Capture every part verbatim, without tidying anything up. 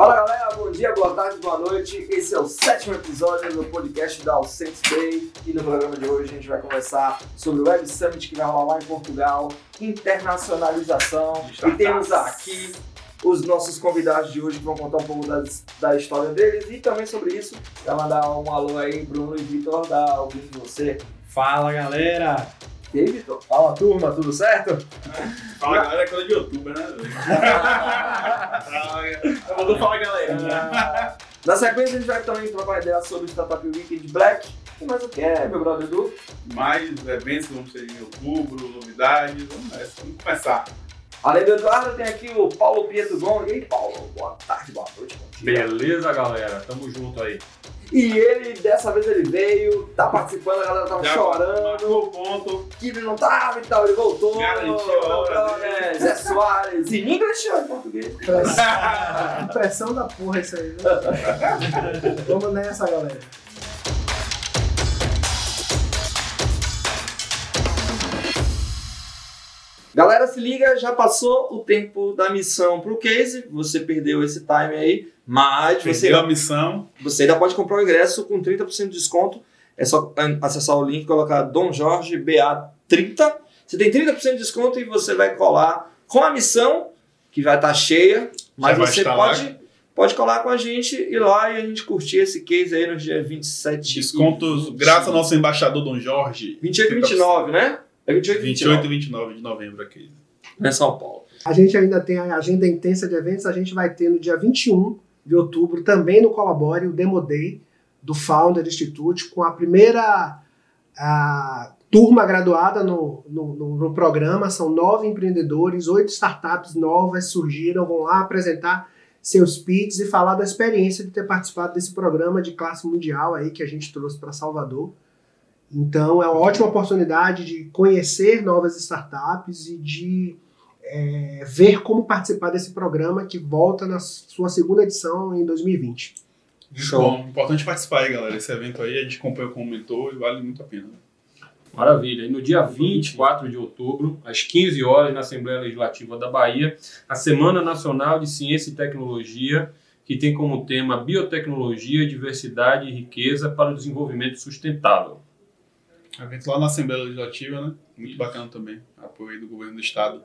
Fala galera, bom dia, boa tarde, boa noite. Esse é o sétimo episódio do podcast da Alcentes Bay e no programa de hoje a gente vai conversar sobre o Web Summit que vai rolar lá em Portugal, internacionalização. E temos aqui os nossos convidados de hoje que vão contar um pouco das, da história deles e também sobre isso. Vai mandar um alô aí, Bruno e Vitor, da ouvindo de você. Fala galera! E aí, Vitor? Fala turma, tudo certo? Fala galera, é coisa de youtuber, né? Eu vou falar galera. Na sequência a gente vai também trocar ideia sobre o Startup Weekend Black. E mais o que é, meu brother Edu? Mais eventos que vão ser em outubro, novidades, vamos nessa, vamos começar. Além do Eduardo, tem aqui o Paulo Pietro Gon. E aí, Paulo? Boa tarde, boa noite, bom dia. Beleza, galera? Tamo junto aí. E ele, dessa vez ele veio, tá participando, a galera tava Já chorando. Marcou o ponto. Que ele não tava e tal, ele voltou. Garantiu a hora é, Zé Soares. Em inglês ou em português? Impressão da porra isso aí, né? Vamos nessa, galera. Galera, se liga, já passou o tempo da missão pro case, você perdeu esse time aí, mas você, Perdeu a missão. você ainda pode comprar o ingresso com trinta por cento de desconto, é só acessar o link e colocar Dom Jorge B A trinta, você tem trinta por cento de desconto e você vai colar com a missão, que vai estar cheia, mas vai você estar pode, lá. pode colar com a gente e ir lá e a gente curtir esse case aí no dia vinte e sete. Descontos, e graças ao nosso embaixador Dom Jorge. vinte e oito e vinte e nove, né? É vinte e oito e vinte e oito e vinte e nove de novembro aqui. Não é São Paulo. A gente ainda tem a agenda intensa de eventos, a gente vai ter no dia vinte e um de outubro, também no Colabore, o Demo Day do Founder Institute, com a primeira a, turma graduada no, no, no, no programa. São nove empreendedores, oito startups novas surgiram, vão lá apresentar seus pitches e falar da experiência de ter participado desse programa de classe mundial aí que a gente trouxe para Salvador. Então, é uma ótima oportunidade de conhecer novas startups e de é, ver como participar desse programa que volta na sua segunda edição em dois mil e vinte. Show. Bom, importante participar aí, galera. Esse evento aí a gente acompanhou como mentor e vale muito a pena. Maravilha. E no dia vinte e quatro de outubro, às quinze horas, na Assembleia Legislativa da Bahia, a Semana Nacional de Ciência e Tecnologia, que tem como tema Biotecnologia, Diversidade e Riqueza para o Desenvolvimento Sustentável. Evento lá na Assembleia Legislativa, né? Muito bacana também. Apoio aí do governo do estado.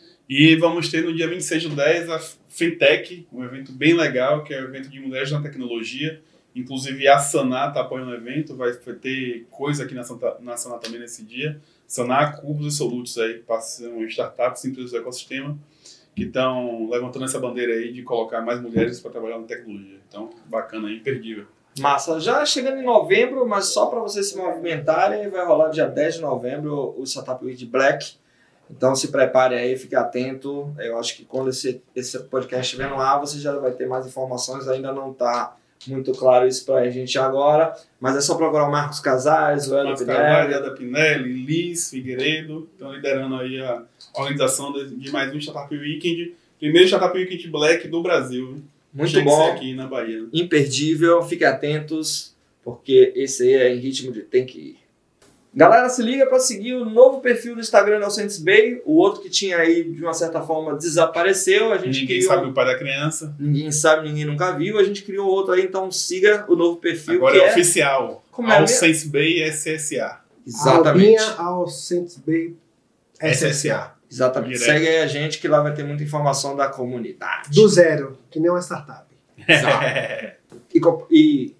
E vamos ter no dia vinte e seis do dez a Fintech, um evento bem legal, que é o evento de mulheres na tecnologia. Inclusive a Saná está apoiando o evento, vai ter coisa aqui na, Santa, na Saná também nesse dia. Saná, Cubos e Solutos aí, que são startups, empresas do ecossistema, que estão levantando essa bandeira aí de colocar mais mulheres para trabalhar na tecnologia. Então, bacana aí, imperdível. Massa, já chegando em novembro, mas só para vocês se movimentarem, vai rolar dia dez de novembro o Startup Weekend Black. Então se prepare aí, fique atento. Eu acho que quando esse, esse podcast estiver no ar, você já vai ter mais informações. Ainda não está muito claro isso para a gente agora, mas é só procurar o Marcos Casais, o Hélio Pinelli. Eda Pinelli, Liz Figueiredo, estão liderando aí a organização de, de mais um Startup Weekend. Primeiro Startup Weekend Black do Brasil. Muito Tinha bom. que ser aqui na Bahia. Imperdível, fiquem atentos, porque esse aí é em ritmo de tem que ir. Galera, se liga para seguir o novo perfil do Instagram da Alcentes Bay, o outro que tinha aí, de uma certa forma, desapareceu. A gente Ninguém criou... sabe o pai da criança. Ninguém sabe, ninguém nunca viu. A gente criou outro aí, então siga o novo perfil. Agora que é, é oficial. Como é Alcentes Bay S S A. Exatamente. Albinha Alcentes Bay S S A. Exatamente. Direto. Segue aí a gente que lá vai ter muita informação da comunidade. do zero, que nem uma startup. Exato. E, comp- e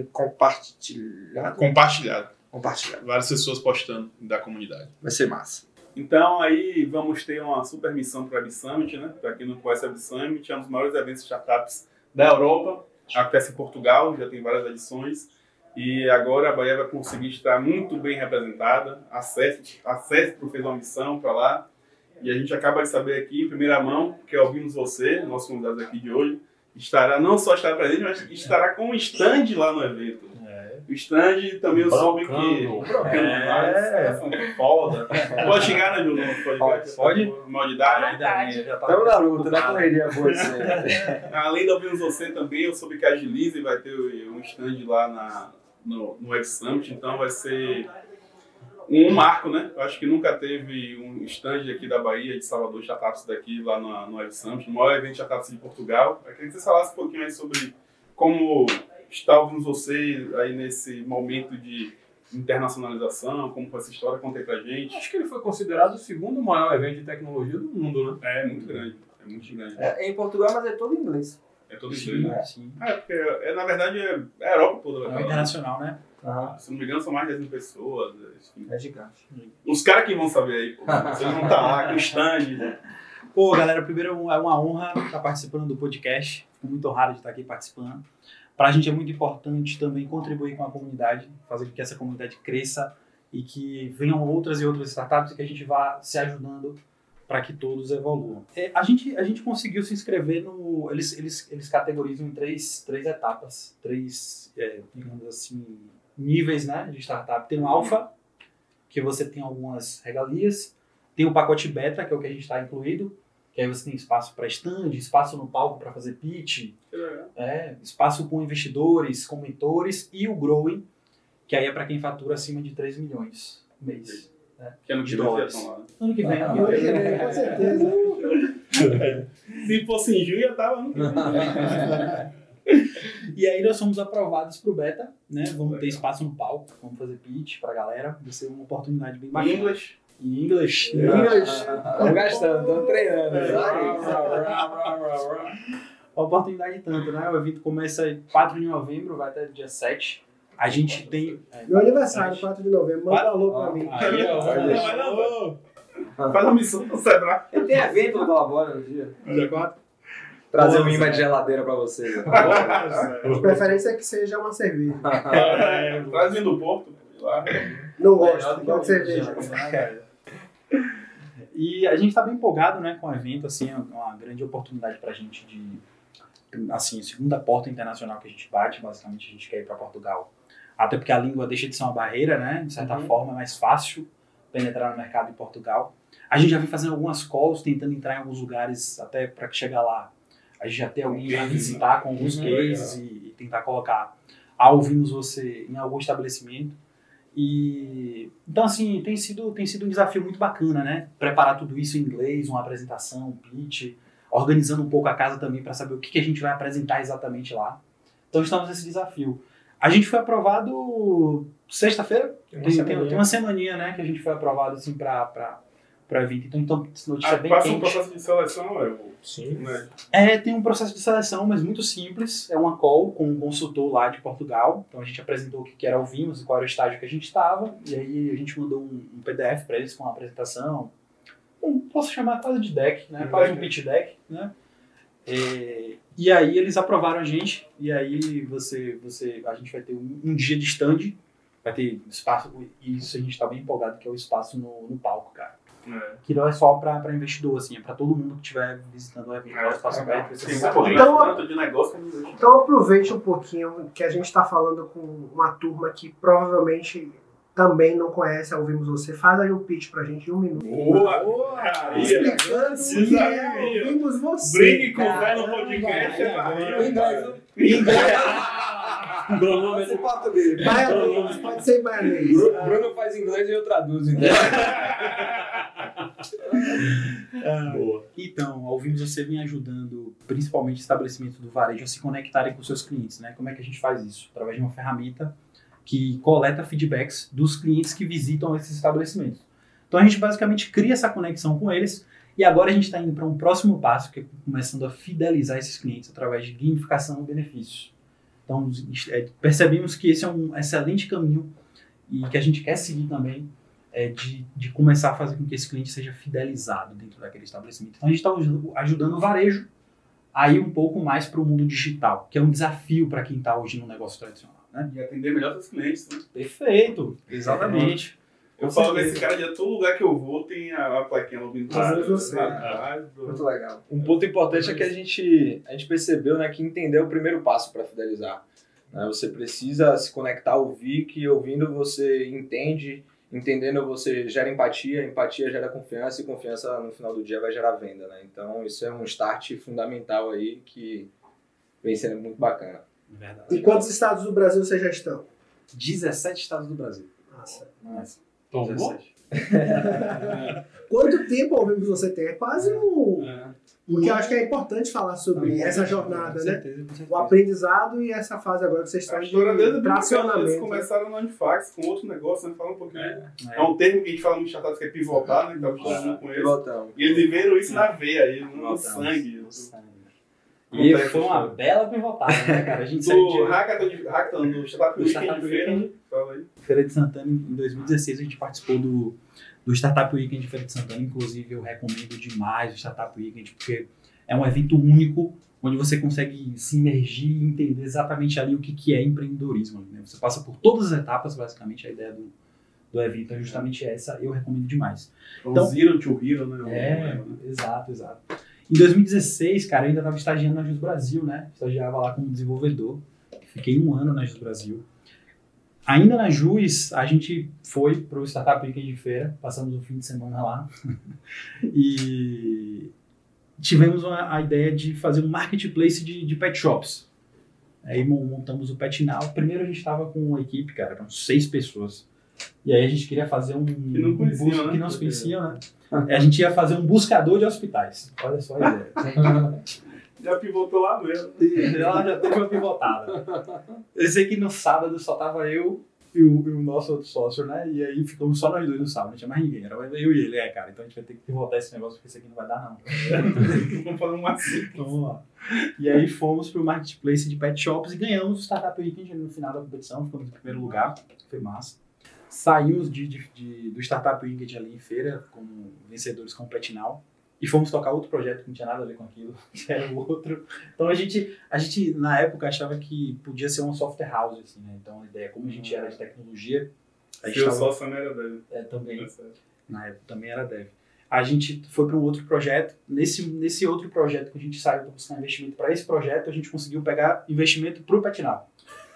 compartilhado. Compartilhado. Compartilhado. Várias pessoas postando da comunidade. Vai ser massa. Então aí vamos ter uma super missão para o Web Summit, né? Para quem não conhece o Web Summit, é um dos maiores eventos de startups da Europa. Acontece em Portugal, já tem várias edições. E agora a Bahia vai conseguir estar muito bem representada. Acesse, acesse para fazer uma missão para lá. E a gente acaba de saber aqui, em primeira mão, que ouvimos você, nosso convidado aqui de hoje, estará, não só estará presente, mas estará com um stand lá no evento. É. O stand também eu soube que... Brocando. É. É. Foda. Pode xingar, né, Júlio? Pode? Pode? Mal de idade? Estamos na luta, na correria boa isso aí. Além de ouvirmos você também, eu soube que a Agilize vai ter um stand lá na, no, no Web Summit, então vai ser um marco, né? Eu acho que nunca teve um stand aqui da Bahia, de Salvador, Startups daqui, lá no, no Web Summit, no maior evento de Startups de Portugal. Eu queria que você falasse um pouquinho aí sobre como está ouvindo você aí nesse momento de internacionalização, como foi essa história, conta aí pra gente. Acho que ele foi considerado o segundo maior evento de tecnologia do mundo, né? É muito grande, é muito grande. É, é em Portugal, mas é todo em inglês. É todo Sim, inglês, né? sim. É, porque, é, na verdade, é é a Europa toda. É Né? internacional, né? Aham. Se não me engano, são mais de dez mil pessoas. Enfim. É gigante. Os caras que vão saber aí, pô. Vocês vão estar lá com o stand. Pô, galera, primeiro é uma honra estar participando do podcast. Fico muito honrado de estar aqui participando. Para a gente é muito importante também contribuir com a comunidade, fazer com que essa comunidade cresça e que venham outras e outras startups e que a gente vá se ajudando para que todos evoluam. É, a, gente, a gente conseguiu se inscrever no... Eles, eles, eles categorizam em três, três etapas, três, é, digamos assim, níveis, né, de startup. Tem o alpha, que você tem algumas regalias. Tem o pacote beta, que é o que a gente está incluído, que aí você tem espaço para stand, espaço no palco para fazer pitch, é, espaço com investidores, com mentores, e o growing, que aí é para quem fatura acima de três milhões por mês. Né, Que ano que vem já estão lá. Né? Ano que vem. Ah, ano que vem. é, com certeza. Se fosse em junho, já tava ano que vem. E aí nós somos aprovados para o beta, né? Vamos ter espaço no palco, vamos fazer pitch para a galera, vai ser uma oportunidade bem bacana. English. Em inglês. Inglês. Estamos gastando, estamos treinando. Uma oportunidade tanto, né? O evento começa quatro de novembro, vai até dia sete. A gente tem... é, Meu aniversário, quatro de novembro. Manda um alô pra mim. Aí, ó, Vai lá, vai. Faz uma missão pro Sebrae. Ele tem evento no Colabora no dia. dia quatro. Trazer um imã de geladeira pra vocês. De preferência é que seja uma cerveja. É, trazendo do Porto. Lá. Não Melhor gosto, do que gosto de a cerveja. E a gente está bem empolgado, né, com o evento, assim, é uma grande oportunidade para a gente de, assim, segunda porta internacional que a gente bate, basicamente a gente quer ir para Portugal. Até porque a língua deixa de ser uma barreira, né, de certa Uhum. forma é mais fácil penetrar no mercado em Portugal. A gente já vem fazendo algumas calls, tentando entrar em alguns lugares até para que chegar lá. A gente já tem alguém para visitar com alguns Uhum. cases e, e tentar colocar a ouvimos você em algum estabelecimento. E então assim tem sido tem sido um desafio muito bacana, né? Preparar tudo isso em inglês, uma apresentação, um pitch, organizando um pouco a casa também para saber o que, que a gente vai apresentar exatamente lá. Então estamos nesse desafio. A gente foi aprovado sexta-feira, tem, tem, tem uma semaninha, né, que a gente foi aprovado assim para para para evento. Então então essa notícia Ah, é bem passa um quente. processo de seleção, é, o- Sim. né? É, tem um processo de seleção, mas muito simples. É uma call com um consultor lá de Portugal. Então a gente apresentou o que que era o Vimos e qual era o estágio que a gente estava. E aí a gente mandou um, um P D F para eles com a apresentação. Um, posso chamar quase de deck, né? Um Quase um deck. pitch deck, né? É, e aí eles aprovaram a gente. E aí você, você, a gente vai ter um, um dia de stand. Vai ter espaço. E isso a gente está bem empolgado, que é o espaço no, no palco, cara. É. Que não é só para investidor, assim, é para todo mundo que estiver visitando o evento. É, o espaço aberto. vai ser Tem bem um bacana. pouquinho Então- tanto de negócio que não existe. Então aproveite um pouquinho que a gente está falando com uma turma que provavelmente também não conhece a Ouvimos Você. Faz aí um pitch pra gente de um minuto. Boa! Explicando o que Precisa é aí, ó. Ouvimos Você. Brigue com o cara. velho no podcast. é barriga, Em cara. inglês. Cronômetro. português. Baianês, pode ser baianês. Bru- Bruno faz inglês e eu traduzo. Então. Boa. Então, a Ouvimos Você vem ajudando principalmente estabelecimentos do varejo a se conectarem com seus clientes, né? Como é que a gente faz isso? Através de uma ferramenta que coleta feedbacks dos clientes que visitam esses estabelecimentos. Então a gente basicamente cria essa conexão com eles e agora a gente está indo para um próximo passo, que é começando a fidelizar esses clientes através de gamificação e benefícios. Então é, percebemos que esse é um excelente caminho e que a gente quer seguir também, é, de, de começar a fazer com que esse cliente seja fidelizado dentro daquele estabelecimento. Então a gente está ajudando o varejo a ir um pouco mais para o mundo digital, que é um desafio para quem está hoje no negócio tradicional. Né? E atender melhor seus clientes, né? Perfeito, exatamente. Eu Com falo certeza. desse cara de todo lugar que eu vou tem a, a plaquinha no Ouvimos Você. Muito legal. Um ponto importante é que a gente, a gente percebeu, né, que entender é o primeiro passo para fidelizar. Né? Você precisa se conectar, ouvir, que ouvindo você entende, entendendo você gera empatia, empatia gera confiança e confiança no final do dia vai gerar venda. Né? Então isso é um start fundamental aí que vem sendo muito bacana. Verdade. Em quantos estados do Brasil vocês já estão? dezessete estados do Brasil. Nossa. Nossa. Tomou? Quanto tempo ao vivo você tem? É quase um... É. Porque eu acho que é importante falar sobre Não, essa com jornada, né? certeza, com certeza. O aprendizado e essa fase agora que vocês estão A história deles é de bem bacana. Eles tracionamento. começaram no Unifax com outro negócio, né? Fala um pouquinho. É, É. um termo que a gente fala no startups que é pivotar, né? Que tá acostumado com eles. Pilotão. E eles viveram isso na veia aí, no Pilotão. sangue. E Conta aí foi essa uma história. bela pivotada, né, cara? A gente saiu Do de Hackathon, de- Hackathon, do Startup Do Weekend Startup de feira. Weekend. Fala aí. Feira de Santana em dois mil e dezesseis. A gente participou do, do Startup Weekend de Feira de Santana. Inclusive, eu recomendo demais o Startup Weekend, porque é um evento único, onde você consegue se imergir e entender exatamente ali o que, que é empreendedorismo. Né? Você passa por todas as etapas, basicamente, a ideia do, do evento é justamente essa. Eu recomendo demais. Então, Então- Zero to Hero, né? É, exato, exato. Em dois mil e dezesseis, cara, eu ainda estava estagiando na Jus Brasil, né? Estagiava lá como desenvolvedor. Fiquei um ano na Jus Brasil. Ainda na Jus, a gente foi para o Startup Weekend de feira, passamos o fim de semana lá. E tivemos uma, a ideia de fazer um marketplace de, de pet shops. Aí mon- montamos o Pet Now. Primeiro a gente estava com uma equipe, cara, eram seis pessoas. E aí a gente queria fazer um... Que não um conheciam, busca- né? Que não se conheciam, né? A gente ia fazer um buscador de hospitais. Olha só a ideia. Já pivotou lá mesmo. Ela já teve uma pivotada. Eu sei que no sábado só tava eu e o, e o nosso outro sócio, né? E aí ficamos só nós dois no sábado, não tinha mais ninguém. Era eu e ele, é, cara. Então a gente vai ter que pivotar esse negócio, porque isso aqui não vai dar, não. Vamos fazer um assim. Então vamos lá. E aí fomos pro marketplace de pet shops e ganhamos o Startup Weekend no final da competição. Ficamos em primeiro lugar. Foi massa. Saímos de, de, de- do Startup Weekend ali em feira, como vencedores com o Pet Now. E fomos tocar outro projeto que não tinha nada a ver com aquilo, que era o outro. Então a gente, a gente, na época, achava que podia ser uma software house, assim, né? Então a ideia, como a gente era de tecnologia, a gente Seu tava, sócio também era dele. é, também, É sério. na época também era dev. A gente foi para um outro projeto. Nesse, nesse outro projeto que a gente saiu para buscar investimento para esse projeto, a gente conseguiu pegar investimento para o Pet Now.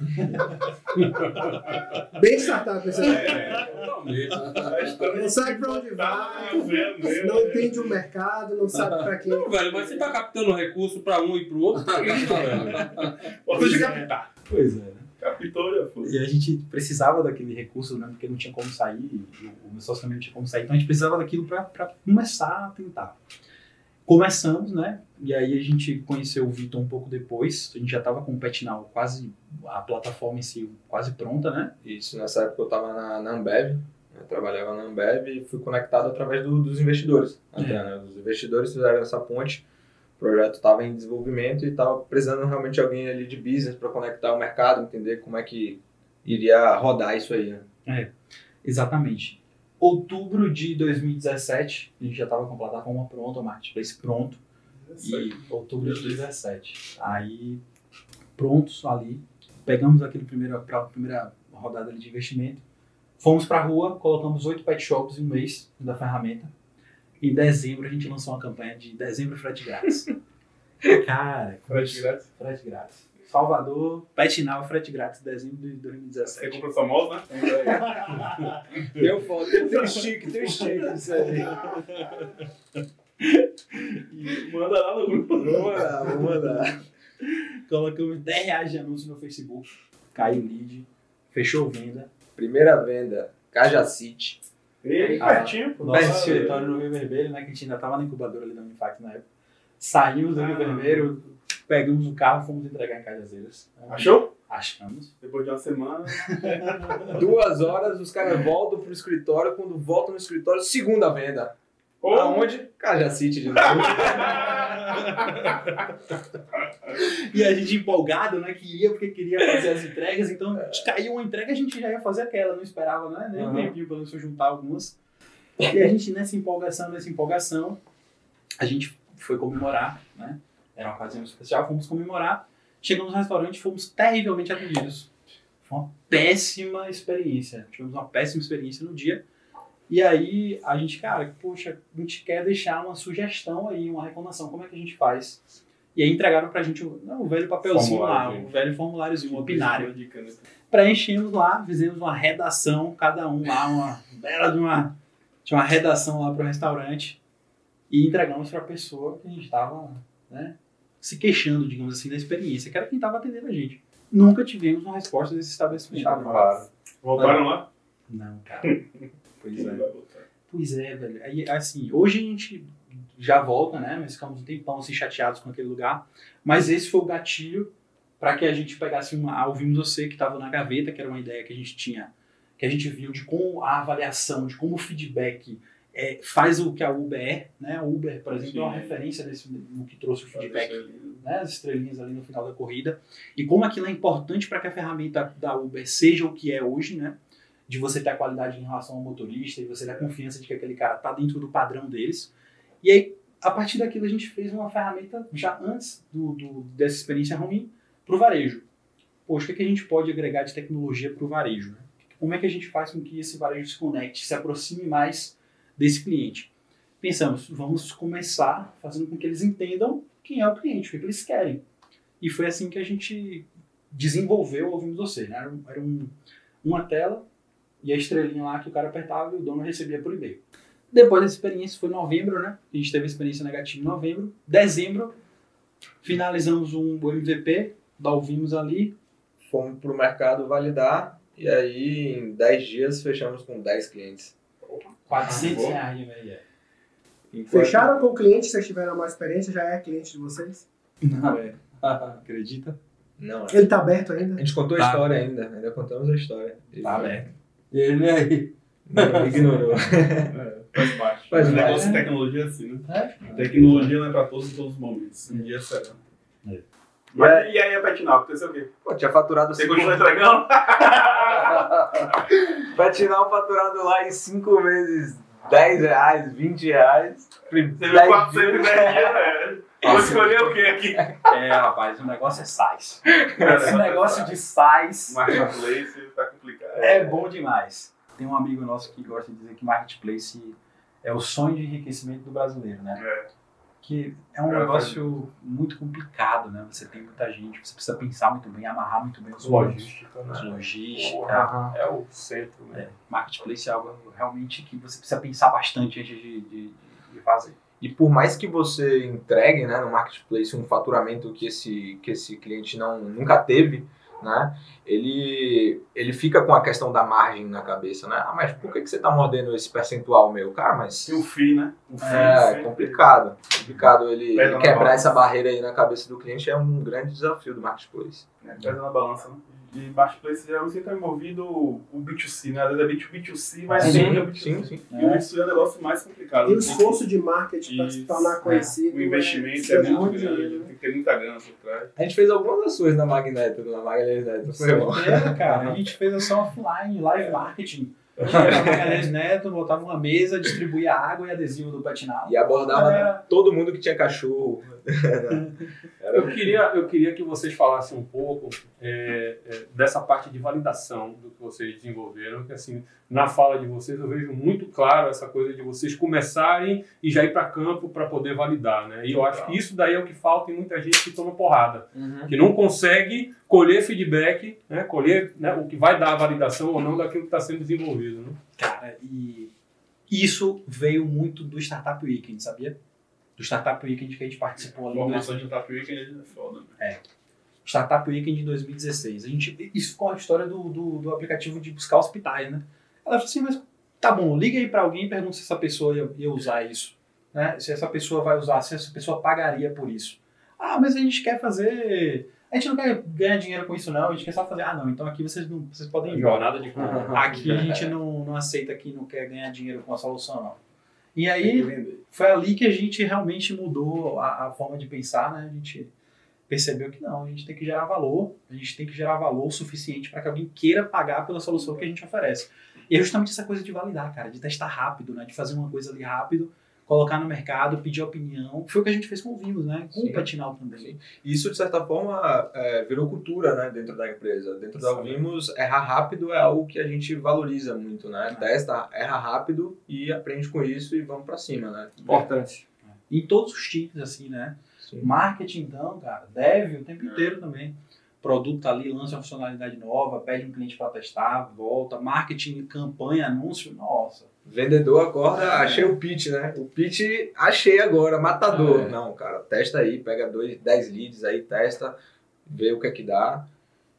Bem startup esse aí. Totalmente. A história Não sabe pra onde tá vai, vendo, né? não entende o mercado, não sabe pra quem. Não, velho, mas você tá captando recurso pra um e pro outro, tá captando. Pode de captar. Pois é, né? Captou, já foi. E a gente precisava daquele recurso, né? Porque não tinha como sair, e o meu sócio também não tinha como sair, então a gente precisava daquilo para começar a tentar. Começamos, né? E aí a gente conheceu o Vitor um pouco depois, a gente já estava com o Pet Now quase, a plataforma em si quase pronta, né? Isso, nessa época eu estava na, na Ambev, eu trabalhava na Ambev e fui conectado através do- dos investidores. Até, É. né? Os investidores fizeram essa ponte, o projeto estava em desenvolvimento e estava precisando realmente de alguém ali de business para conectar o mercado, entender como é que iria rodar isso aí, né? Exatamente. Outubro de dois mil e dezessete, a gente já estava com a plataforma pronta, o marketplace pronto. E outubro de dezessete. Aí, prontos ali, pegamos aquele primeiro, pra primeira rodada ali de investimento, fomos pra rua, colocamos oito pet shops em um mês da ferramenta. Em dezembro a gente lançou uma campanha de dezembro frete grátis. Cara, Frete grátis. frete grátis. Salvador, Pet Now, frete grátis, dezembro de dois mil e Você dezessete. comprou sua mouse, né? Deu foto, tem um stick, tem um stick isso aí. E manda lá no grupo. Vamos mandar, vamos mandar. Colocamos dez reais de anúncio no Facebook, caiu o lead, fechou venda. Primeira venda, Cajacite. E Ah, pertinho, pô. Nosso Nossa, escritório no Rio Vermelho, né? Que a gente ainda estava na incubadora ali da Unifax na época. Saímos do Rio Ah. Vermelho, pegamos o carro, fomos entregar em Cajazeiras. Achou? Achamos. Depois de uma semana. Duas horas, os caras voltam pro escritório. Quando voltam no escritório, segunda venda. Pô, Aonde? Cajacite de novo. E a gente empolgado, né? Que ia porque queria fazer as entregas. Então, caiu uma entrega, a gente já ia fazer aquela. Não esperava, né? Nem um Uhum. tempinho pra não juntar algumas. E a gente, nessa empolgação, nessa empolgação, a gente foi comemorar, né? Era uma ocasião especial, fomos comemorar. Chegamos no restaurante e fomos terrivelmente atendidos. Foi uma péssima experiência. Tivemos uma péssima experiência no dia. E aí, a gente, cara, poxa, a gente quer deixar uma sugestão aí, uma reclamação. Como é que a gente faz? E aí entregaram pra gente o, não, o velho papelzinho lá, Formulário. o velho formuláriozinho, o opinário. Dica, né? Preenchemos lá, fizemos uma redação, cada um lá, uma bela de uma, de uma redação lá pro restaurante. E entregamos pra pessoa que a gente estava, né, se queixando, digamos assim, da experiência, que era quem estava atendendo a gente. Nunca tivemos uma resposta desse estabelecimento. Chavado. Voltaram lá? Não, cara. Pois Quem é. vai botar? Pois é, velho. Aí, assim, hoje a gente já volta, né? Nós ficamos um tempão assim, chateados com aquele lugar. Mas esse foi o gatilho para que a gente pegasse uma. Ah, ouvimos você que estava na gaveta, que era uma ideia que a gente tinha, que a gente viu de como a avaliação, de como o feedback é, faz o que a Uber é, né? A Uber, por exemplo, Sim. é uma referência desse, no que trouxe o feedback, né? As estrelinhas ali no final da corrida. E como aquilo é importante para que a ferramenta da Uber seja o que é hoje, né? De você ter a qualidade em relação ao motorista e você ter a confiança de que aquele cara está dentro do padrão deles. E aí, a partir daquilo, a gente fez uma ferramenta já antes do, do, dessa experiência ruim para o varejo. Poxa, o que, é que a gente pode agregar de tecnologia para o varejo? Né? Como é que a gente faz com que esse varejo se conecte, se aproxime mais desse cliente? Pensamos, vamos começar fazendo com que eles entendam quem é o cliente, o que, é que eles querem. E foi assim que a gente desenvolveu o Ouvimos Você. Né? Era, um, era um, uma tela e a estrelinha lá que o cara apertava e o dono recebia por e-mail. Depois dessa experiência, foi novembro, né? A gente teve a experiência negativa em novembro. Dezembro, finalizamos um M V P, da Ouvimos ali. Fomos pro mercado validar e aí em dez dias fechamos com dez clientes. quatrocentos Ah, reais, velho. Enquanto- Fecharam com o cliente, vocês tiveram mais experiência, já é cliente de vocês? Não, é. Acredita? Não, é. Ele tá aberto A ainda? gente contou a Tá. história ainda, ainda contamos a história. Ele Tá aberto. E ele aí? não ignorou. É, faz parte. Faz o negócio parte. de tecnologia é assim, né? É? Tecnologia não é pra todos em todos os momentos. Um dia será. É. Mas, e aí a Petinal? Aconteceu o quê? Pô, tinha faturado Você cinco... continua entregando? Petinal faturado lá em cinco meses, dez reais, vinte reais. Você viu quatrocentos e dez dias, né? Vou escolher o quê aqui? É, rapaz, o negócio é size. Esse negócio de size Marketplace tá complicado. é bom demais. Tem um amigo nosso que gosta de dizer que marketplace é o sonho de enriquecimento do brasileiro, né? É. Que é um É, negócio muito complicado, né? Você tem muita gente, você precisa pensar muito bem, amarrar muito bem os Logística, pontos, né? logística. Porra, é o centro, né? É, marketplace é algo realmente que você precisa pensar bastante antes de, de, de fazer. E por mais que você entregue, né, no marketplace um faturamento que esse, que esse cliente não, nunca teve, né, ele, ele fica com a questão da margem na cabeça, né? Ah, mas por que, que você está mordendo esse percentual meu? Cara, mas E o F I I, né? O F I I é sempre- complicado. Complicado ele, Pesa ele na quebrar balança. essa barreira aí na cabeça do cliente é um grande desafio do marketplace. É, pesa na balança, né? E marketplace geralmente sempre está envolvido o B dois C, né? Às vezes é B dois C, mas Sim, sempre é B dois C. sim, sim. E o B dois C é um negócio mais complicado. E o esforço de marketing para se Isso, tornar conhecido. O investimento é, é muito muito grande, dinheiro. tem que ter muita grana por trás. A gente fez algumas ações na Magneto, na Magalhães Neto. Foi bom. É, cara, a gente fez ação offline, live marketing. Chegava a Magalhães Neto, botava uma mesa, distribuía água e adesivo do Patinal. E abordava Era- todo mundo que tinha cachorro. Era Eu queria, eu queria que vocês falassem um pouco é, é, dessa parte de validação do que vocês desenvolveram, que assim, na fala de vocês eu vejo muito claro essa coisa de vocês começarem e já ir para campo para poder validar, né? E eu acho que isso daí é o que falta em muita gente que toma porrada, que não consegue colher feedback, né? Colher, né, o que vai dar a validação ou não daquilo que está sendo desenvolvido, né? Cara, e isso veio muito do Startup Weekend, sabia? Do Startup Weekend que a gente participou A ali. no formação de Startup Weekend é foda, né? Startup Weekend de dois mil e dezesseis. A gente, isso ficou a história do, do, do aplicativo de buscar hospitais, né? Ela falou assim, mas tá bom, liga aí pra alguém e pergunta se essa pessoa ia, ia usar isso. Né? Se essa pessoa vai usar, se essa pessoa pagaria por isso. Ah, mas a gente quer fazer... A gente não quer ganhar dinheiro com isso, não. A gente quer só fazer... Ah, não, então aqui vocês, não, vocês podem ir. Jornada de compra. Aqui a gente não, não aceita que não quer ganhar dinheiro com a solução, não. E Tem que aí, vender. foi ali que a gente realmente mudou a, a forma de pensar, né? A gente percebeu que não, a gente tem que gerar valor, a gente tem que gerar valor suficiente para que alguém queira pagar pela solução que a gente oferece. E é justamente essa coisa de validar, cara, de testar rápido, né? De fazer uma coisa ali rápido, colocar no mercado, pedir opinião. Foi o que a gente fez com o Vimos, né? Com Sim. o Petinal também. Sim. Isso, de certa forma, é, virou cultura, né, dentro da empresa. Dentro da Ouvimos, errar rápido é algo que a gente valoriza muito, né? Testa, erra rápido e aprende com isso e vamos pra cima, né? Importante. Em todos os times, assim, né? Sim. Marketing, então, cara, deve o tempo inteiro também. Produto tá ali, lança uma funcionalidade nova, pede um cliente para testar, volta. Marketing, campanha, anúncio, nossa. Vendedor acorda, achei o pitch, né? O pitch achei agora, matador. É. Não, cara, testa aí, pega dois, dez leads aí, testa, vê o que é que dá.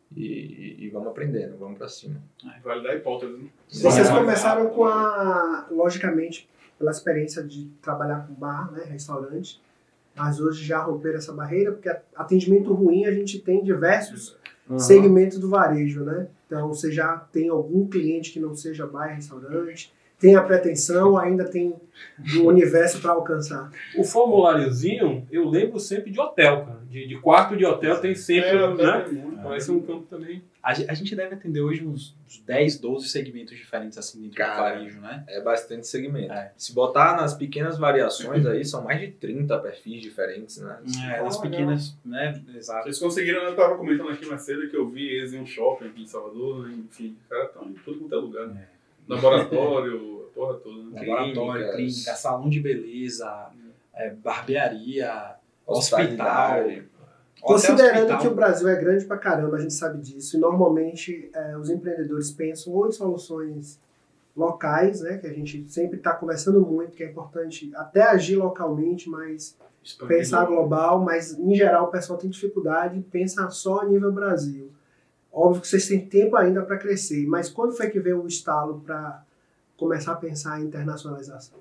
e, e vamos aprendendo, vamos para cima. Vale dar hipótese, né? Vocês começaram com a, logicamente, pela experiência de trabalhar com bar, né, restaurante, mas hoje já romperam essa barreira, porque atendimento ruim a gente tem em diversos uhum. segmentos do varejo, né? Então, você já tem algum cliente que não seja bar e restaurante, tem a pretensão, ainda tem um universo para alcançar. O formuláriozinho, eu lembro sempre de hotel, cara. De, de quarto de hotel tem sempre, é, né? Então, esse é um campo também. A gente deve atender hoje uns dez, doze segmentos diferentes assim dentro Cara, do varejo, né? É bastante segmento. É. Se botar nas pequenas variações aí, são mais de trinta perfis diferentes, né? É, nas pequenas, né? Exato. Vocês conseguiram, eu estava comentando aqui mais cedo que eu vi eles em um shopping aqui em Salvador, enfim, cara, estão em tudo quanto é lugar. Né? É. Laboratório, a porra toda. Né? Laboratório, clínica, salão de beleza, é, barbearia, hospital. Considerando hospital. que o Brasil é grande pra caramba, a gente sabe disso, e normalmente é, os empreendedores pensam ou em soluções locais, né, que a gente sempre está conversando muito, que é importante até agir localmente, mas Expandido. pensar global, mas em geral o pessoal tem dificuldade e pensa só a nível Brasil. Óbvio que vocês têm tempo ainda para crescer, mas quando foi que veio o estalo para começar a pensar em internacionalização?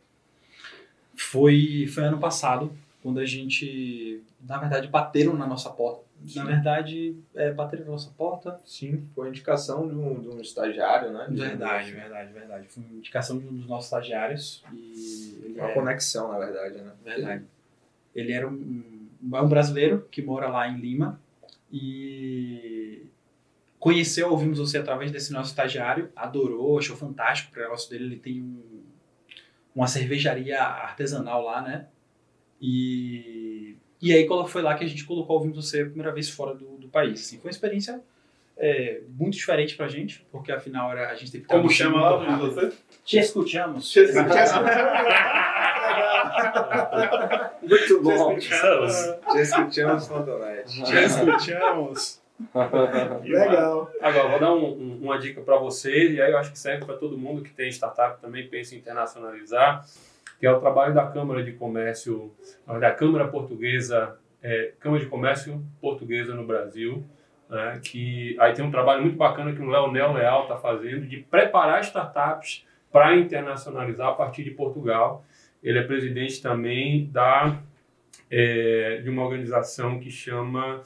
Foi, foi ano passado, quando a gente, na verdade, bateram na nossa porta. Sim. Na verdade, é, bateram na nossa porta. Sim, foi indicação de um, de um estagiário, né? Verdade, verdade, verdade. Foi indicação de um dos nossos estagiários. E ele uma é... conexão, na verdade, né? Verdade. Ele era um, um, um brasileiro que mora lá em Lima e conheceu, ouvimos você através desse nosso estagiário, adorou, achou fantástico o negócio dele. Ele tem um, uma cervejaria artesanal lá, né? E, e aí foi lá que a gente colocou Ouvimos Você a primeira vez fora do, do país. Assim, foi uma experiência é, muito diferente pra gente, porque afinal era, a gente teve que... Como chama lá, Ouvimos Você? Te escutamos. Te escutamos. Muito bom. Te escutamos, Fontonete. Te escutamos. Legal. Agora, vou dar um, um, uma dica para vocês, e aí eu acho que serve para todo mundo que tem startup também pensa em internacionalizar, que é o trabalho da Câmara de Comércio, da Câmara Portuguesa, é, Câmara de Comércio Portuguesa no Brasil, né, que aí tem um trabalho muito bacana que o Leonel Leal está fazendo de preparar startups para internacionalizar a partir de Portugal. Ele é presidente também da, é, de uma organização que chama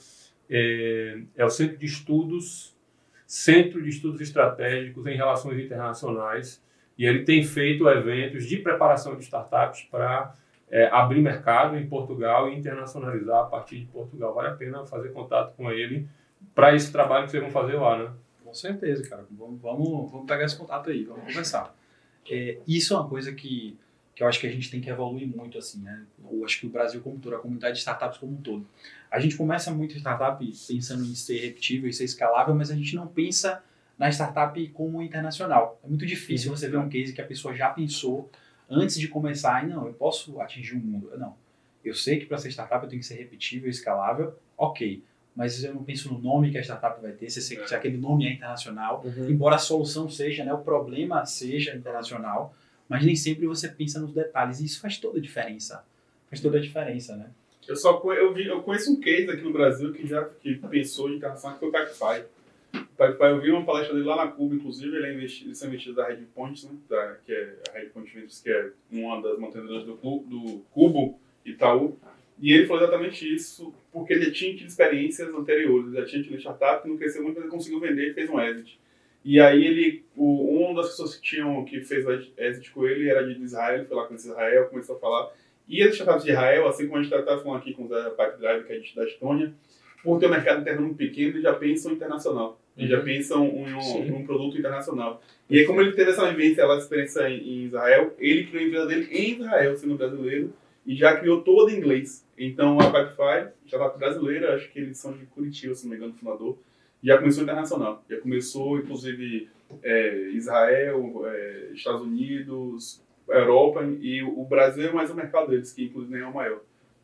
é, é o Centro de Estudos, Centro de Estudos Estratégicos em Relações Internacionais, e ele tem feito eventos de preparação de startups para é, abrir mercado em Portugal e internacionalizar a partir de Portugal. Vale a pena fazer contato com ele para esse trabalho que vocês vão fazer lá, né? Com certeza, cara. Vamos, vamos, vamos pegar esse contato aí, vamos conversar. É, isso é uma coisa que, que eu acho que a gente tem que evoluir muito, assim, né? Eu acho que o Brasil como todo, a comunidade de startups como um todo. A gente começa muito startup pensando em ser repetível e ser escalável, mas a gente não pensa na startup como internacional. É muito difícil você ver um case que a pessoa já pensou antes de começar e não, eu posso atingir o mundo. Não, eu sei que para ser startup eu tenho que ser repetível e escalável, ok, mas eu não penso no nome que a startup vai ter, se, se aquele nome é internacional, uhum. embora a solução seja, né, o problema seja internacional, mas nem sempre você pensa nos detalhes e isso faz toda a diferença. Faz toda a diferença, né? Eu só eu, vi, eu conheço um case aqui no Brasil que já que pensou em internacional, que foi o Pipefy. Eu vi uma palestra dele lá na Cuba, inclusive, ele é investido, eles são investidos da Red Point, né, da, que é a Red Point Ventures, que é uma das mantenedoras do, do Cubo, Itaú, e ele falou exatamente isso, porque ele já tinha tido experiências anteriores, ele já tinha tido startup, que não cresceu muito, mas ele conseguiu vender e fez um exit. E aí ele, o, uma das pessoas que, tinham, que fez o exit com ele era de Israel, ele foi lá conhecer Israel, começou a falar, e as startups de Israel, assim como a gente está falando aqui com o Zé Pipedrive, que é da Estônia, por ter um mercado interno muito pequeno, eles já pensam internacional. Eles uhum. já pensam em um, em um produto internacional. E aí, como ele teve essa vivência, essa experiência em, em Israel, ele criou a empresa dele em Israel, sendo brasileiro, e já criou toda em inglês. Então, a Pipefy, já está brasileira, acho que eles são de Curitiba, se não me engano, o fundador, já começou internacional. Já começou, inclusive, é, Israel, é, Estados Unidos, Europa, e o Brasil é mais o mercado deles, que inclusive nem é o maior.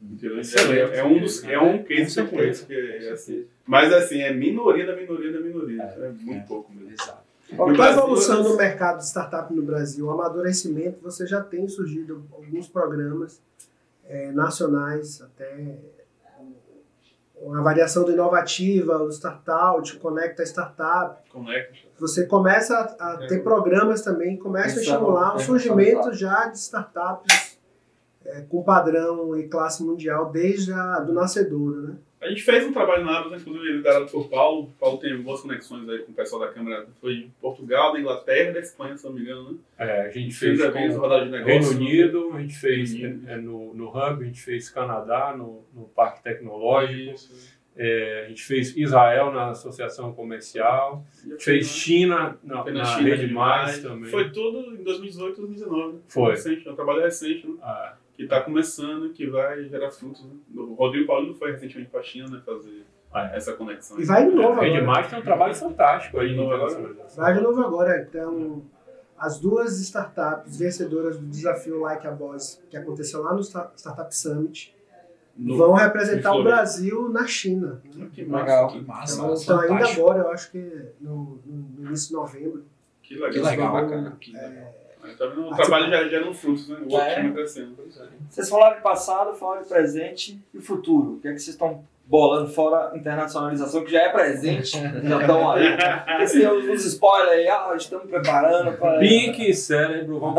É, é um dos é um case que eu conheço que é assim. Mas assim, é minoria da minoria da minoria. É, é muito é, pouco mesmo. Exato. Com a evolução do mercado de startup no Brasil, o amadurecimento, você já tem surgido alguns programas é, nacionais, até a avaliação do Inovativa, o Startout, o Conecta Startup. Conecta. Você começa a, a ter programas também, começa a estimular o surgimento já de startups é, com padrão e classe mundial desde a, do nascedouro, né? A gente fez um trabalho na Abra, inclusive liderado por Paulo. O Paulo tem boas conexões aí com o pessoal da Câmara. Foi em Portugal, da Inglaterra e da Espanha, se não me engano, né? É, a gente fez fez com eventos, rodada de Reino negócios. Unido, a gente fez Reino é, no, no Hub, a gente fez Canadá, no, no Parque Tecnológico, é, a gente fez Israel na Associação Comercial, a gente fez China na, Foi na, China Rede Mais também. Foi tudo em dois mil e dezoito, dois mil e dezenove. Né? Foi. Recente, é um trabalho recente, né? Ah, Que está começando, que vai gerar frutos. Né? O Rodrigo Paulino foi recentemente para a China, né, fazer ah, é. essa conexão. E vai de novo A Rede agora. Mais tem um trabalho fantástico aí. Vai de novo agora. internacionalização. Vai de novo agora. Então, as duas startups vencedoras do desafio Like a Boss, que aconteceu lá no Star- Startup Summit, No- vão representar no o Florida. Brasil na China. Né? Que massa, Legal. Que massa, Então, massa, então ainda fantástico. agora, eu acho que no, no início de novembro. que legal. Que legal, vão, bacana. Que legal. Aí tá vendo? O trabalho já gera frutos, né? O É. time crescendo. Vocês falaram de passado, falaram de presente e futuro. O que é que vocês estão bolando fora a internacionalização, que já é presente, já estão aí. Esse tem uns, uns spoilers aí, ah, estamos preparando para... Pink e cérebro, vamos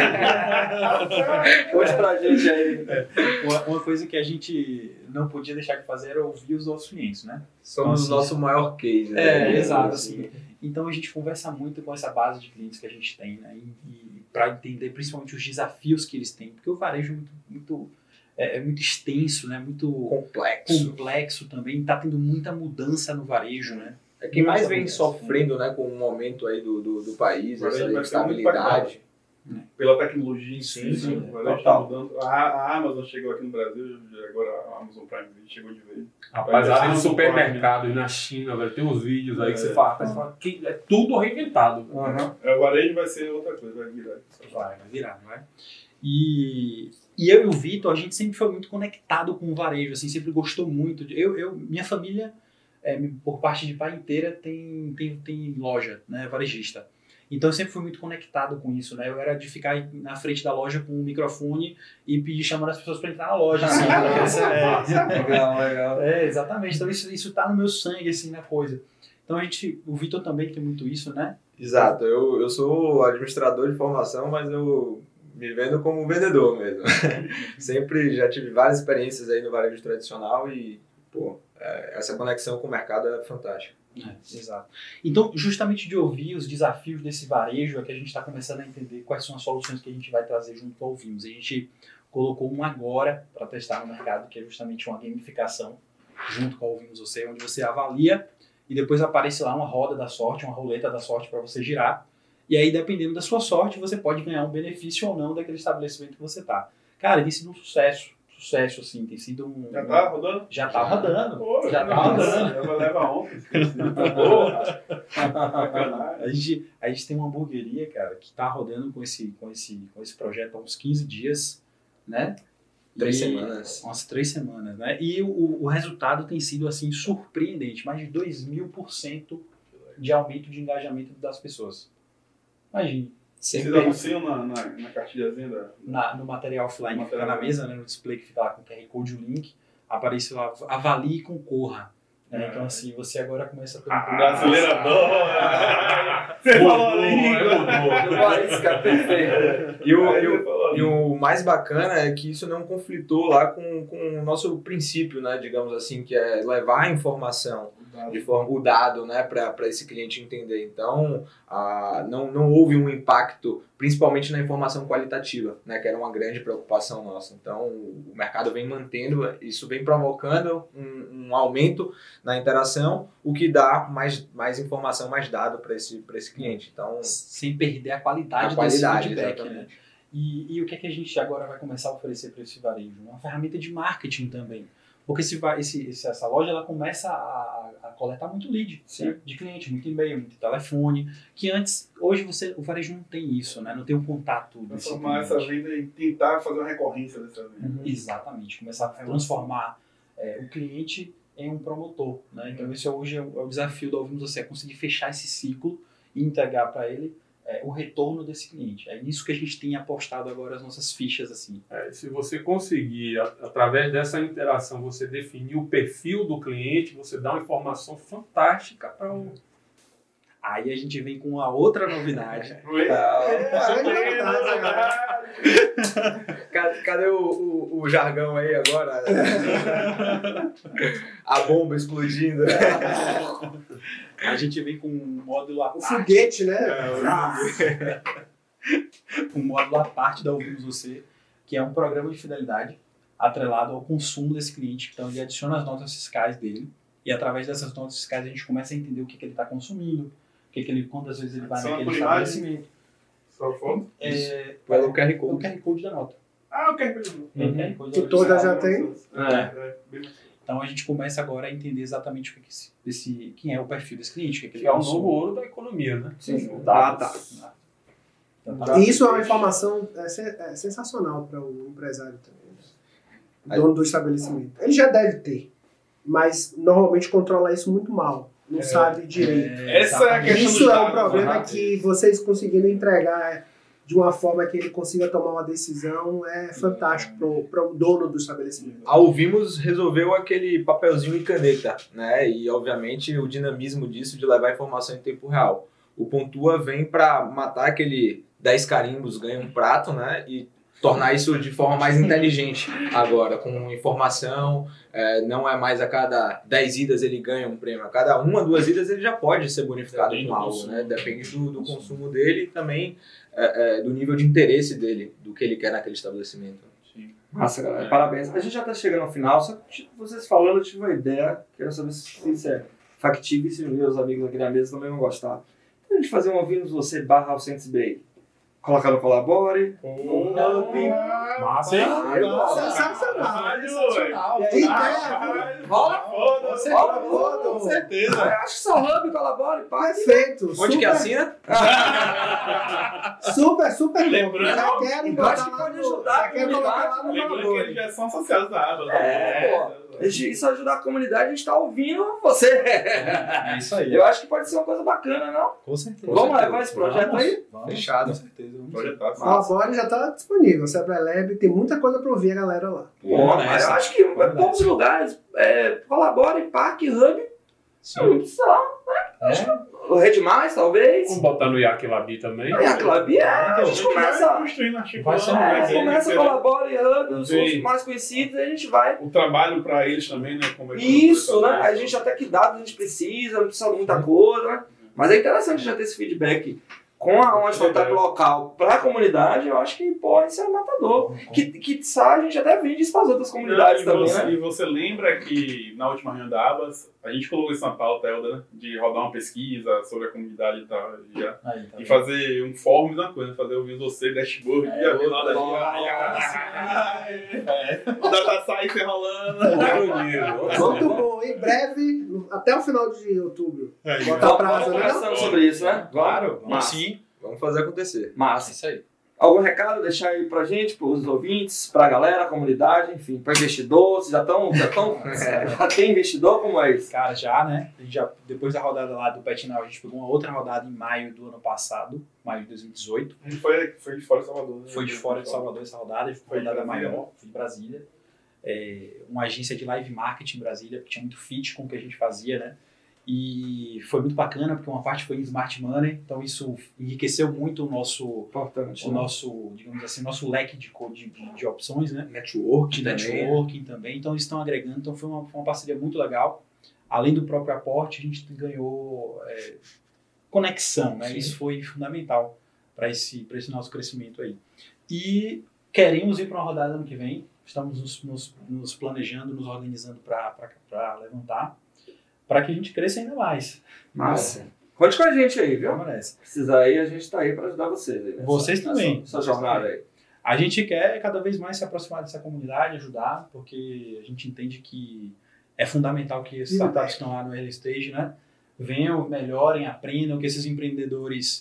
Conte pra gente aí. Uma, uma coisa que a gente não podia deixar de fazer era ouvir os nossos clientes, né? Somos Então, o assim, nosso maior case. É, né? exato, assim. Então a gente conversa muito com essa base de clientes que a gente tem, né? E, e para entender principalmente os desafios que eles têm, porque o varejo é muito, muito, é, é muito extenso, né? Muito Complexo. complexo também, está tendo muita mudança no varejo, né? É quem mais Muita vem mudança. sofrendo, né, com o momento aí do, do, do país, Agora essa ele vai ser muito instabilidade. Pela tecnologia em si, Sim, né? sim. O varejo tá mudando. A, a Amazon chegou aqui no Brasil, agora a Amazon Prime Video chegou de vez. Rapaz, Vai ali no ser um supermercado e na China, velho, tem uns vídeos aí que É. você fala, rapaz, você fala que é tudo reinventado. Uhum. É, o varejo vai ser outra coisa, vai virar. Vai, vai virar, não é? E, e eu e o Vitor, a gente sempre foi muito conectado com o varejo, assim, sempre gostou muito. De, eu, eu, minha família, é, por parte de pai inteira, tem, tem, tem loja, né, varejista. Então eu sempre fui muito conectado com isso, né? Eu era de ficar na frente da loja com o microfone e pedir chamando as pessoas para entrar na loja, assim. é, Legal, legal. é, exatamente. Então isso, isso tá no meu sangue, assim, na coisa. Então a gente, o Vitor também tem muito isso, né? Exato, eu, eu sou administrador de formação, mas eu me vendo como vendedor mesmo. Sempre já tive várias experiências aí no varejo tradicional e, pô, é, essa conexão com o mercado é fantástica. É, exato. Então, justamente de ouvir os desafios desse varejo é que a gente está começando a entender quais são as soluções que a gente vai trazer junto com o Ouvimos. A gente colocou um agora para testar no mercado, que é justamente uma gamificação junto com o Ouvimos Você, onde você avalia e depois aparece lá uma roda da sorte, uma roleta da sorte para você girar. E aí, dependendo da sua sorte, você pode ganhar um benefício ou não daquele estabelecimento que você tá. Cara, tem sido um sucesso. Sucesso, assim, tem sido um... Já tá rodando? Já tá rodando. Pô, Já tá nossa, rodando. Eu vou levar ontem. Boa. A gente, a gente tem uma hamburgueria, cara, que tá rodando com esse, com esse, com esse projeto há uns quinze dias, né? Três E- semanas. Umas três semanas, né? E o, o resultado tem sido, assim, surpreendente. Mais de dois mil por cento de aumento de engajamento das pessoas. Imagine. Vocês Sempre anunciam na, na, na cartilhazinha da... na, no material offline que fica Material. na mesa, né, no display que fica lá com o Q R Code, o link, aparece lá, avalie e concorra. Né? É. Então, assim, você agora começa a ter um Ah, brasileira adora! Você Mudou, falou a língua! é, Eu falei isso, cara, perfeito. E o, Aí e o- você falou a E língua. o mais bacana é que isso não conflitou lá com, com o nosso princípio, né, digamos assim, que é levar a informação, de forma, o dado, né, para esse cliente entender. Então, ah, não, não houve um impacto, principalmente na informação qualitativa, né, que era uma grande preocupação nossa. Então, o mercado vem mantendo, isso vem provocando um, um aumento na interação, o que dá mais, mais informação, mais dado para esse, para esse cliente. Então, sem perder a qualidade, a qualidade, desse feedback, exatamente. né? E, e o que, é que a gente agora vai começar a oferecer para esse varejo? Uma ferramenta de marketing também. Porque esse, va- esse, esse- essa loja ela começa a, a coletar muito lead, né? De cliente, muito e-mail, muito telefone, que antes, hoje você, o varejo não tem isso, né? Não tem um contato desse Transformar cliente. essa venda e tentar fazer uma recorrência dessa venda. Uhum. Exatamente, começar a transformar é, o cliente em um promotor, né? Então esse é hoje é o, é o desafio do Ouvimos Você, é conseguir fechar esse ciclo e entregar para ele é, o retorno desse cliente. É nisso que a gente tem apostado agora as nossas fichas, assim. É, se você conseguir, a- através dessa interação, você definir o perfil do cliente, você dá uma informação fantástica para o... Aí a gente vem com uma outra novidade. Cadê, cadê o, o, o jargão aí agora? A bomba explodindo. A gente vem com um módulo à O parte. foguete, né? Um módulo à parte da Ouvimos Você, que é um programa de fidelidade atrelado ao consumo desse cliente. Então ele adiciona as notas fiscais dele e através dessas notas fiscais a gente começa a entender o que, que ele está consumindo, o que, que ele, quantas vezes ele vai Só naquele por imagem? estabelecimento. Só foto? É, Pelo Q R é o Code. Q R Code da nota. Ah, eu quero pedir. É o Q R Code Que da todas nota. já tem. É. Então a gente começa agora a entender exatamente o que que esse, esse, quem é o perfil desse cliente, o que, que ele Que é o consome. novo ouro da economia, né? Sim, O tá, dados. tá. Então, tá. E isso é uma informação é, sen- é sensacional para o empresário também, o dono do estabelecimento. Ele já deve ter, mas normalmente controla isso muito mal, não sabe direito. É, Essa é a exatamente. questão Isso dos é um dados, problema né? que vocês conseguindo entregar de uma forma que ele consiga tomar uma decisão é fantástico para o dono do estabelecimento. A Ouvimos resolveu aquele papelzinho e caneta, né? E obviamente o dinamismo disso de levar informação em tempo real. O Pontua vem para matar aquele dez carimbos, ganha um prato, né? E tornar isso de forma mais inteligente agora, com informação, é, não é mais a cada dez idas ele ganha um prêmio, a cada uma, duas idas ele já pode ser bonificado Depende com do algo, consumo. né? Depende do, do consumo dele e também é, é, do nível de interesse dele, do que ele quer naquele estabelecimento. Massa, galera. Parabéns. A gente já tá chegando ao final, só que tipo, vocês falando, eu tive uma ideia. Quero saber se isso é factível e se meus amigos aqui na mesa também vão gostar. A gente fazer um Ouvimos Você barra Alcentes Bay. Colocar no Colabore. No Hub. Massa, hein? Sensacional! Sensacional. Que ideia! Rola? Foda-se. Rola? Com certeza. Eu acho que só Hub, Colabore, pá. Perfeito! Onde que super, assina? Super, super bom. Lembrando- Já quero Eu botar acho que lá pode no- ajudar já a quero colocar lá no Lembrando que valor. eles já são associados da aba. É, pô. A gente- Isso ajudar a comunidade, a gente tá ouvindo você. É isso aí. Eu acho que pode ser uma coisa bacana, não? Com certeza. Vamos levar esse projeto Vamos, aí? Vamos, Fechado. Com certeza. Vamos. Projetado. Colabore já está disponível. O Sebrae Lab tem muita coisa para ouvir a galera lá. Pô, mas nessa. eu acho que Vamos é poucos lugares. É, Colabore, Parque, Hub, Sim. sei lá, É. o Rede Mais, talvez. Vamos botar no Iac Labi também. E a Club, é, a gente começa. construindo Vai articulando. ser- É, mas começa ele- Colabore, Hub, os, Sim. os mais conhecidos, a gente vai. O trabalho para eles também, né? Como é que Isso, né? fazer A isso. gente até que dados a gente precisa, não precisa de muita coisa, né? Mas é interessante já ter esse feedback com a uma startup local para a comunidade, eu acho que pode ser um matador. Que, que a gente até vende isso para as outras comunidades Não, e também, você, né? E você lembra que na última reunião da Abas, a gente colocou isso na pauta, Helder, né? De rodar uma pesquisa sobre a comunidade e tal. Já. Aí, tá E vendo? fazer um form uma coisa, fazer ouvir você, dashboard, É, já vi lá daqui. outra- ai, ai, ai, O data science rolando. Outro nível. Muito bom. Em breve, no- até o final de outubro. Aí, Bota Então, a prazo, vamos né? conversando sobre isso, né? Claro, vamos Massa. sim. Vamos fazer acontecer. Massa. Isso aí. Algum recado deixar aí pra gente, pros ouvintes, pra galera, comunidade, enfim, pra investidor, vocês já estão, já estão, já tem investidor como é isso? Cara, já, né? A gente já, depois da rodada lá do Petinal, a gente pegou uma outra rodada em maio do ano passado, maio de dois mil e dezoito. A gente foi, foi de fora de Salvador. Né? Foi de fora de Salvador essa rodada, foi Foi uma de rodada Brasília, maior, foi de Brasília. É, uma agência de live marketing em Brasília, porque tinha muito fit com o que a gente fazia, né? E foi muito bacana, porque uma parte foi em Smart Money, então isso enriqueceu muito o nosso, Importante. o nosso, digamos assim, nosso leque de, co- de, de, de opções, né? Network De também. networking também, então eles estão agregando, então foi uma, foi uma parceria muito legal. Além do próprio aporte, a gente ganhou é, conexão, né? Sim. Isso foi fundamental para esse, para esse nosso crescimento aí. E queremos ir para uma rodada ano que vem, estamos nos, nos, nos planejando, nos organizando para levantar, para que a gente cresça ainda mais. Massa. Conte com a gente aí, viu? Vamos nessa. Precisar aí, a gente tá aí pra ajudar vocês. Aí, nessa- Vocês nessa- também. Essa jornada aí. A gente quer cada vez mais se aproximar dessa comunidade, ajudar, porque a gente entende que é fundamental que as startups que estão lá no early stage, né, venham, melhorem, aprendam, que esses empreendedores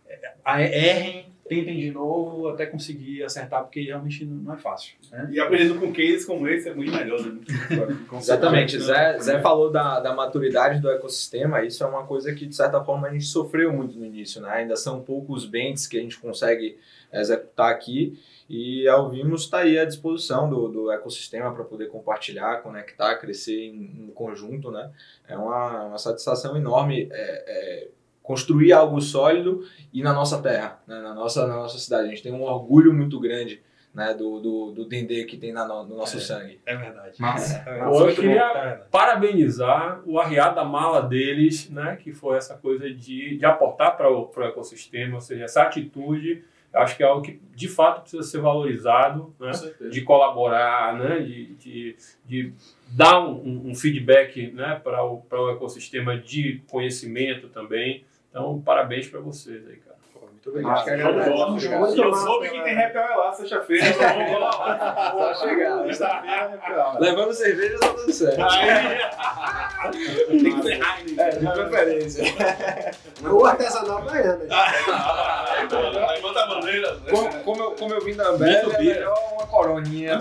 errem, tentem de novo até conseguir acertar, porque realmente não é fácil. Né? E aprendendo com cases como esse é muito melhor, né? Exatamente. Zé, Zé falou da, da maturidade do ecossistema. Isso é uma coisa que, de certa forma, a gente sofreu muito no início, né? Ainda são poucos bens que a gente consegue executar aqui. E a Ouvimos está aí à disposição do, do ecossistema para poder compartilhar, conectar, crescer em, em conjunto, né? É uma, uma satisfação enorme é, é, construir algo sólido e na nossa terra, né? na, nossa, na nossa cidade. A gente tem um orgulho muito grande, né? do, do, do Dendê que tem na, no nosso é, sangue. É verdade. Massa. É, Pô, eu muito queria bom, é parabenizar o arriar da mala deles, né? Que foi essa coisa de, de aportar para o ecossistema, ou seja, essa atitude. Acho que é algo que, de fato, precisa ser valorizado, né? De colaborar, né? de, de, de dar um, um feedback, né? Para o, para o ecossistema de conhecimento também. Então, parabéns para vocês aí, cara. Muito obrigado. E eu soube que tem happy hour lá sexta-feira, então vamos lá. Só chegar. Sexta-feira, levando cerveja, tá tudo certo. tem que ser Heineken. É, de preferência. Ou artesanal baiano. Levanta a bandeira. Como, como, eu, como eu vim da Ambev, é melhor uma coroninha.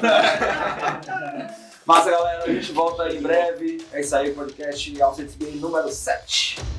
Massa, galera. A gente volta em breve. É isso aí, podcast All Saints Bay número sete.